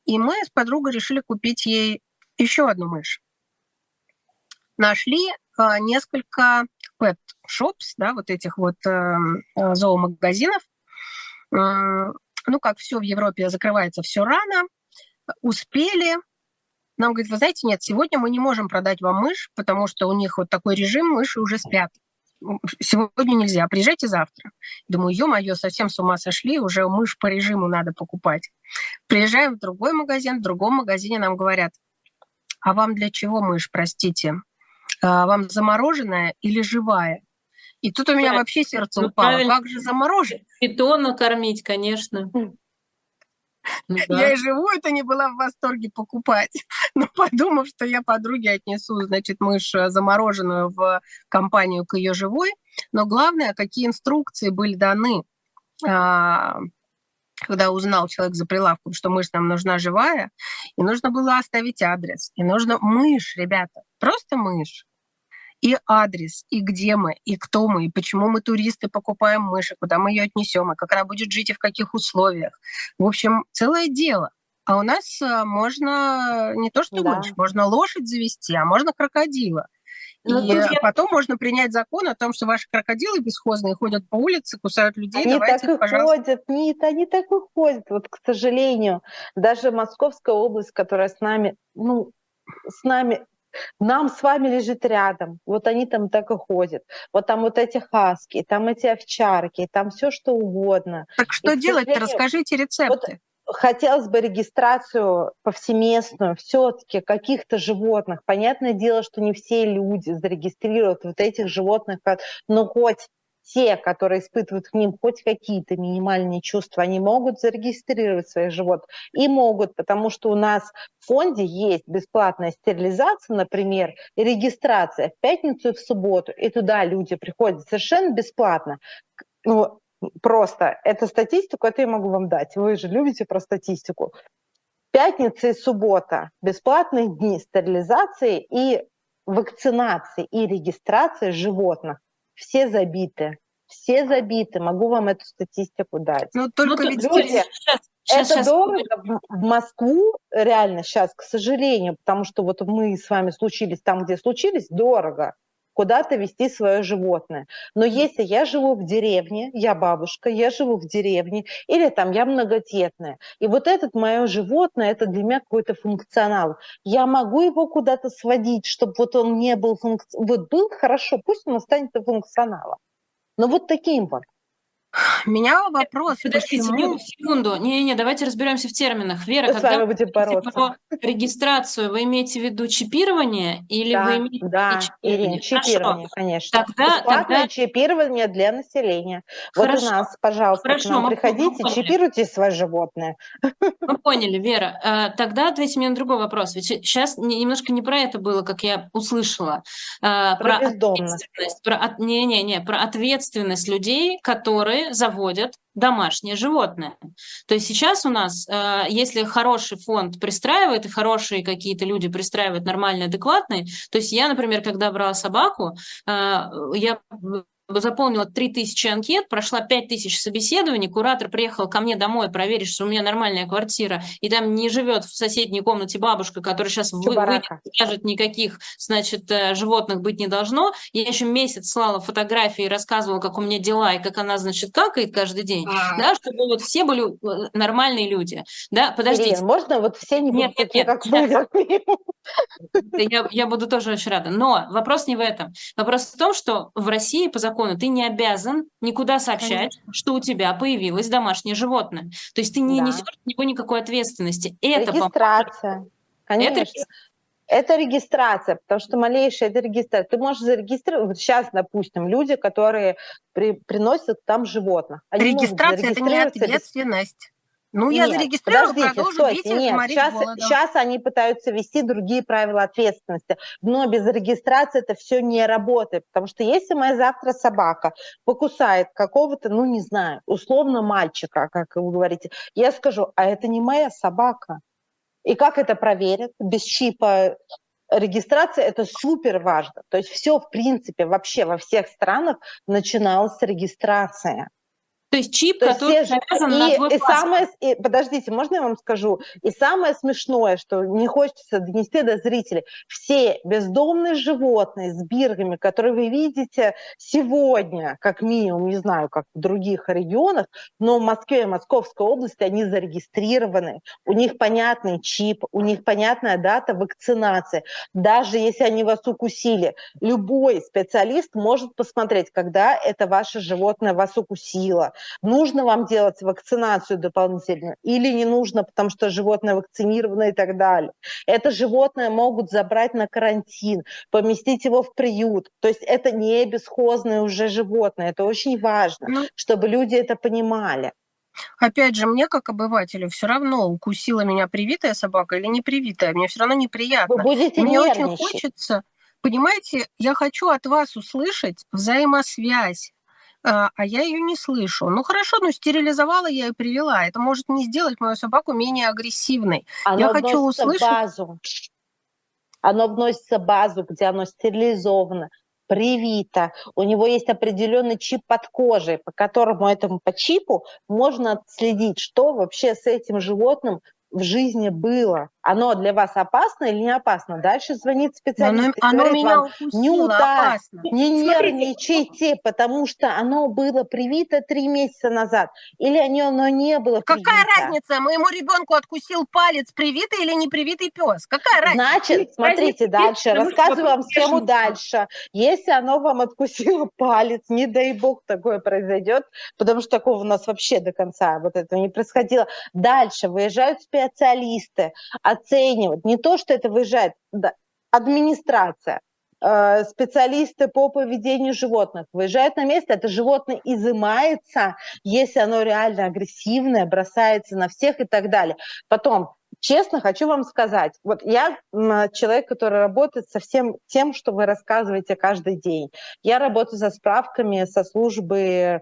И мы с подругой решили купить ей еще одну мышь. Нашли несколько pet-shops, да, вот этих вот зоомагазинов. Ну, как все в Европе закрывается все рано. Успели. Нам говорят, вы знаете, нет, сегодня мы не можем продать вам мышь, потому что у них вот такой режим, мыши уже спят. Сегодня нельзя, приезжайте завтра. Думаю, ё-моё, совсем с ума сошли, уже мышь по режиму надо покупать. Приезжаем в другой магазин, в другом магазине нам говорят, а вам для чего мышь, простите? Вам замороженная или живая? И тут у меня вообще сердце упало. Как же замороженная? Питона кормить, конечно. Ну, да. Я и живую-то не была в восторге покупать. Но подумав, что я подруге отнесу, значит, мышь замороженную в компанию к ее живой. Но главное, какие инструкции были даны, когда узнал человек за прилавком, что мышь нам нужна живая, и нужно было оставить адрес. И нужно мышь, ребята, просто мышь. И адрес, и где мы, и кто мы, и почему мы туристы покупаем мышь, и куда мы ее отнесем, и как она будет жить, и в каких условиях. В общем, целое дело. А у нас можно не то что мышь, можно лошадь завести, а можно крокодила. И потом можно принять закон о том, что ваши крокодилы бесхозные ходят по улице, кусают людей. Они давайте, так и пожалуйста. ходят, нет, они так и ходят. Вот, к сожалению, даже Московская область, которая с нами, нам с вами лежит рядом. Вот они там так и ходят. Вот там вот эти хаски, там эти овчарки, там все что угодно. Так что делать-то? Расскажите рецепты. Вот хотелось бы регистрацию повсеместную все-таки каких-то животных. Понятное дело, что не все люди зарегистрируют вот этих животных, но хоть те, которые испытывают к ним хоть какие-то минимальные чувства, они могут зарегистрировать своих животных. И могут, потому что у нас в фонде есть бесплатная стерилизация, например, и регистрация в пятницу и в субботу. И туда люди приходят совершенно бесплатно. Ну, просто эту статистику, это я могу вам дать. Вы же любите про статистику. Пятница и суббота – бесплатные дни стерилизации и вакцинации и регистрации животных. Все забиты. Все забиты. Могу вам эту статистику дать. Ну, только ведь люди, это дорого в Москву, реально сейчас, к сожалению, потому что вот мы с вами случились там, где случились, дорого куда-то вести свое животное. Но если я живу в деревне, я бабушка, я живу в деревне, или там я многодетная, и вот это мое животное, это для меня какой-то функционал. Я могу его куда-то сводить, чтобы вот он не был вот был хорошо, пусть он останется функционалом. Но вот таким вот. У меня вопрос. Подождите, секунду. Не-не, давайте разберемся в терминах. Вера, Мы когда с вами будем бороться. Про регистрацию, вы имеете в виду чипирование или вы имеете в виду чипирование? Ирина, чипирование, конечно. Тогда чипирование для населения. Хорошо. Вот у нас, пожалуйста, к нам приходите, чипируйте свое животное. Мы поняли, Вера. Тогда ответьте мне на другой вопрос. Ведь сейчас немножко не про это было, как я услышала. Про бездомность. Про ответственность людей, которые заводят домашнее животное. То есть сейчас у нас, если хороший фонд пристраивает, и хорошие какие-то люди пристраивают нормальные, адекватные, то есть я, например, когда брала собаку, я заполнила 3000 анкет, прошла 5000 собеседований, куратор приехал ко мне домой проверить, что у меня нормальная квартира, и там не живет в соседней комнате бабушка, которая сейчас выйдет и скажет, никаких, значит, животных быть не должно. Я еще месяц слала фотографии, рассказывала, как у меня дела, и как она, значит, какает каждый день, да, чтобы вот все были нормальные люди. Да, подождите. Ирина, можно вот все не будут такие, как мы? Я буду тоже очень рада. Но вопрос не в этом. Вопрос в том, что в России по закону ты не обязан никуда сообщать, что у тебя появилось домашнее животное. То есть ты не несешь от него никакой ответственности. Это регистрация. Конечно. Это регистрация, потому что малейшая это регистрация. Ты можешь зарегистрировать. Вот сейчас, допустим, люди, которые приносят там животных. Регистрация – это не ответственность. Ну, я зарегистрирую, продолжу бить и морить голодом. Сейчас они пытаются ввести другие правила ответственности, но без регистрации это все не работает, потому что если моя завтра собака покусает какого-то, ну, не знаю, условно мальчика, как вы говорите, я скажу, а это не моя собака. И как это проверят? Без чипа регистрация – это супер важно. То есть все, в принципе, вообще во всех странах начиналось с регистрации. То есть чип, То есть который все завязан на твой паспорт. подождите, можно я вам скажу? И самое смешное, что не хочется донести до зрителей, все бездомные животные с бирками, которые вы видите сегодня, как минимум, не знаю, как в других регионах, но в Москве и Московской области они зарегистрированы, у них понятный чип, у них понятная дата вакцинации. Даже если они вас укусили, любой специалист может посмотреть, когда это ваше животное вас укусило. Нужно вам делать вакцинацию дополнительно или не нужно, потому что животное вакцинировано и так далее. Это животное могут забрать на карантин, поместить его в приют. То есть это не бесхозное уже животное. Это очень важно, чтобы люди это понимали. Опять же, мне, как обывателю, все равно, укусила меня привитая собака или не привитая. Мне все равно неприятно. Вы будете Мне очень нервничать. хочется, понимаете, я хочу от вас услышать взаимосвязь, а я ее не слышу. Ну хорошо, стерилизовала я и привела. Это может не сделать мою собаку менее агрессивной. Я хочу услышать... Оно вносится в базу, где оно стерилизовано, привито. У него есть определенный чип под кожей, по которому по чипу можно отследить, что вообще с этим животным в жизни было. Оно для вас опасно или не опасно? Дальше звонит специалист и оно говорит меня вам: укусило, Нюта, опасно. не нервничайте, потому что оно было привито 3 месяца назад. Или оно не было привито. Какая разница? Моему ребенку откусил палец, привитый или не привитый пес? Какая разница? Значит, смотрите дальше, рассказываю вам схему дальше. Если оно вам откусило палец, не дай бог такое произойдет, потому что такого у нас вообще до конца вот этого не происходило. Дальше выезжают специалисты, оценивают. Не то, что это выезжает, администрация, специалисты по поведению животных выезжают на место, это животное изымается, если оно реально агрессивное, бросается на всех и так далее. Потом, честно хочу вам сказать, вот я человек, который работает со всем тем, что вы рассказываете каждый день. Я работаю со справками со службы,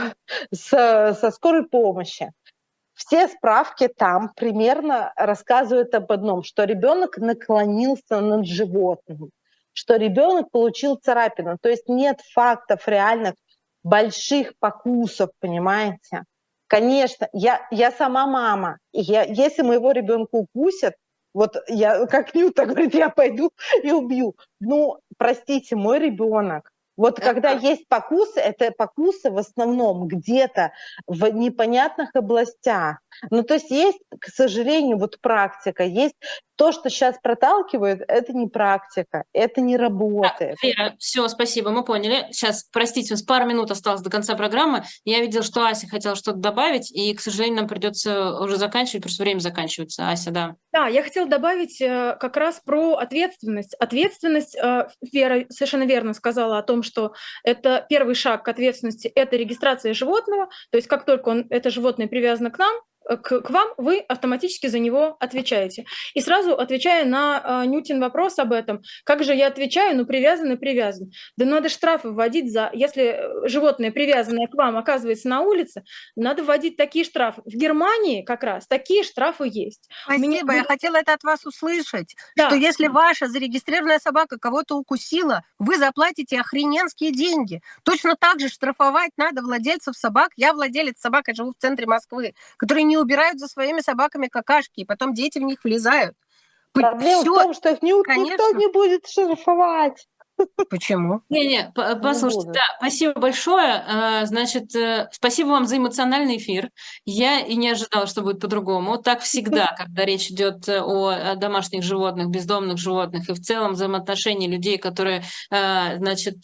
со скорой помощи. Все справки там примерно рассказывают об одном, что ребенок наклонился над животным, что ребенок получил царапину. То есть нет фактов реальных больших покусов, понимаете? Конечно, я сама мама, и если моего ребенка укусят, вот я, как Нюта говорит, я пойду и убью. Ну, простите, мой ребенок. Вот когда есть покусы, это покусы в основном где-то в непонятных областях. Ну, то есть есть, к сожалению, вот практика, есть то, что сейчас проталкивают, это не практика, это не работает. Так, Вера, все, спасибо, мы поняли. Сейчас, простите, у нас пару минут осталось до конца программы. Я видела, что Ася хотела что-то добавить, и, к сожалению, нам придется уже заканчивать, просто время заканчивается. Ася, да. Да, я хотела добавить как раз про ответственность. Ответственность, Вера совершенно верно сказала о том, что это первый шаг к ответственности, это регистрация животного. То есть как только это животное привязано к нам, к вам, вы автоматически за него отвечаете. И сразу отвечая на Нютин вопрос об этом, как же я отвечаю, ну привязан и привязан. Да надо штрафы вводить за, если животное, привязанное к вам, оказывается на улице, надо вводить такие штрафы. В Германии как раз такие штрафы есть. Спасибо, я хотела это от вас услышать, что если ваша зарегистрированная собака кого-то укусила, вы заплатите охрененские деньги. Точно так же штрафовать надо владельцев собак. Я владелец собак, я живу в центре Москвы, которые не убирают за своими собаками какашки, и потом дети в них влезают. Проблема в том, что их никто не будет штрафовать. Почему? Не-не, послушайте, да, спасибо большое. Значит, спасибо вам за эмоциональный эфир. Я и не ожидала, что будет по-другому. Так всегда, когда речь идет о домашних животных, бездомных животных и в целом взаимоотношении людей, которые, значит,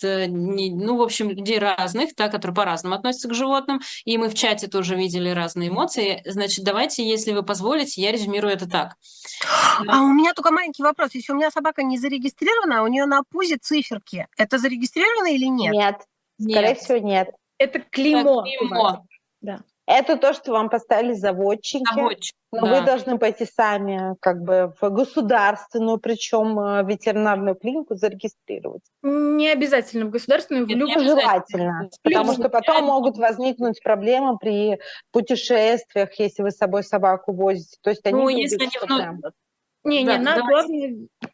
в общем, людей разных, да, которые по-разному относятся к животным. И мы в чате тоже видели разные эмоции. Значит, давайте, если вы позволите, я резюмирую это так. А у меня только маленький вопрос. Если у меня собака не зарегистрирована, у нее на пузе циферки, это зарегистрировано или нет? Нет, скорее всего, нет. Это клеймо. Да. Это то, что вам поставили заводчики. Но вы должны пойти сами в государственную, причем ветеринарную клинику зарегистрировать. Не обязательно в государственную, в любую. Желательно, потому что потом могут возникнуть проблемы при путешествиях, если вы с собой собаку возите. То есть они надо, главное,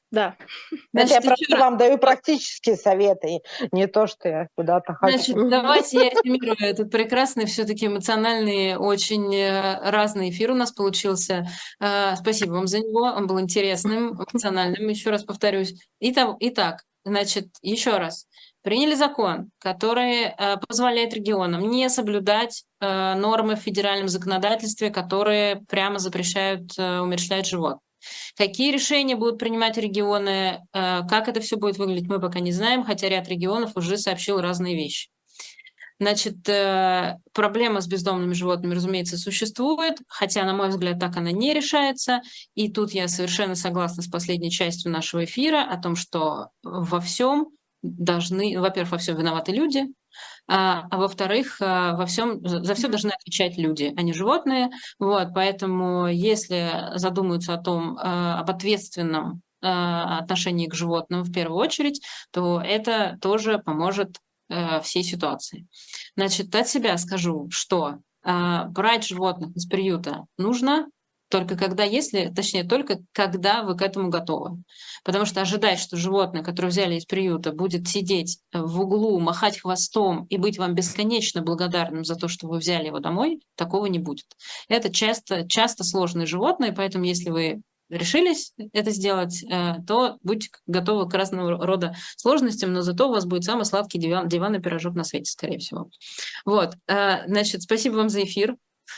Да. Это Значит, я еще просто раз. вам даю практические советы, не то, что я куда-то Значит, хочу. давайте я резюмирую этот прекрасный, все-таки эмоциональный, очень разный эфир у нас получился. Спасибо вам за него, он был интересным, эмоциональным, еще раз повторюсь. Итак, значит, еще раз. Приняли закон, который позволяет регионам не соблюдать нормы в федеральном законодательстве, которые прямо запрещают умерщвлять животных. Какие решения будут принимать регионы, как это все будет выглядеть, мы пока не знаем, хотя ряд регионов уже сообщил разные вещи. Значит, проблема с бездомными животными, разумеется, существует, хотя, на мой взгляд, так она не решается. И тут я совершенно согласна с последней частью нашего эфира о том, что во всем должны, во-первых, во всем виноваты люди, а во-вторых, за все должны отвечать люди, а не животные. Вот, поэтому, если задумаются об ответственном отношении к животным в первую очередь, то это тоже поможет всей ситуации. Значит, от себя скажу, что брать животных из приюта нужно только только когда вы к этому готовы. Потому что ожидать, что животное, которое взяли из приюта, будет сидеть в углу, махать хвостом и быть вам бесконечно благодарным за то, что вы взяли его домой, такого не будет. Это часто сложные животные, поэтому если вы решились это сделать, то будьте готовы к разного рода сложностям, но зато у вас будет самый сладкий диванный пирожок на свете, скорее всего. Вот, значит, спасибо вам за эфир.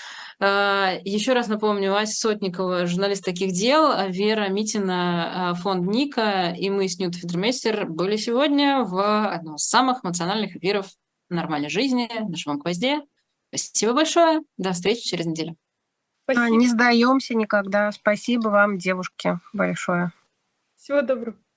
Еще раз напомню, Ася Сотникова, журналист таких дел, Вера Митина, фонд Ника, и мы с Ньют Федермейстер были сегодня в одном из самых эмоциональных эфиров нормальной жизни на Живом гвозде. Спасибо большое. До встречи через неделю. Спасибо. Не сдаемся никогда. Спасибо вам, девушки, большое. Всего доброго.